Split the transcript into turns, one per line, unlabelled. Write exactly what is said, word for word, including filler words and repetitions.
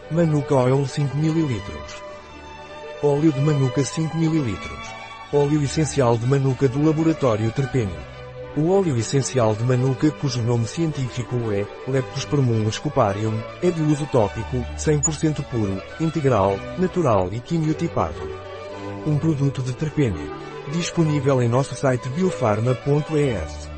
Manuka Oil cinco mililitros. Óleo de Manuka cinco mililitros. Óleo essencial de Manuka do Laboratório Terpene. O óleo essencial de Manuka, cujo nome científico é Leptospermum scoparium, é de uso tópico, cem por cento puro, integral, natural e quimiotipado. Um produto de Terpene. Disponível em nosso site biofarma ponto es.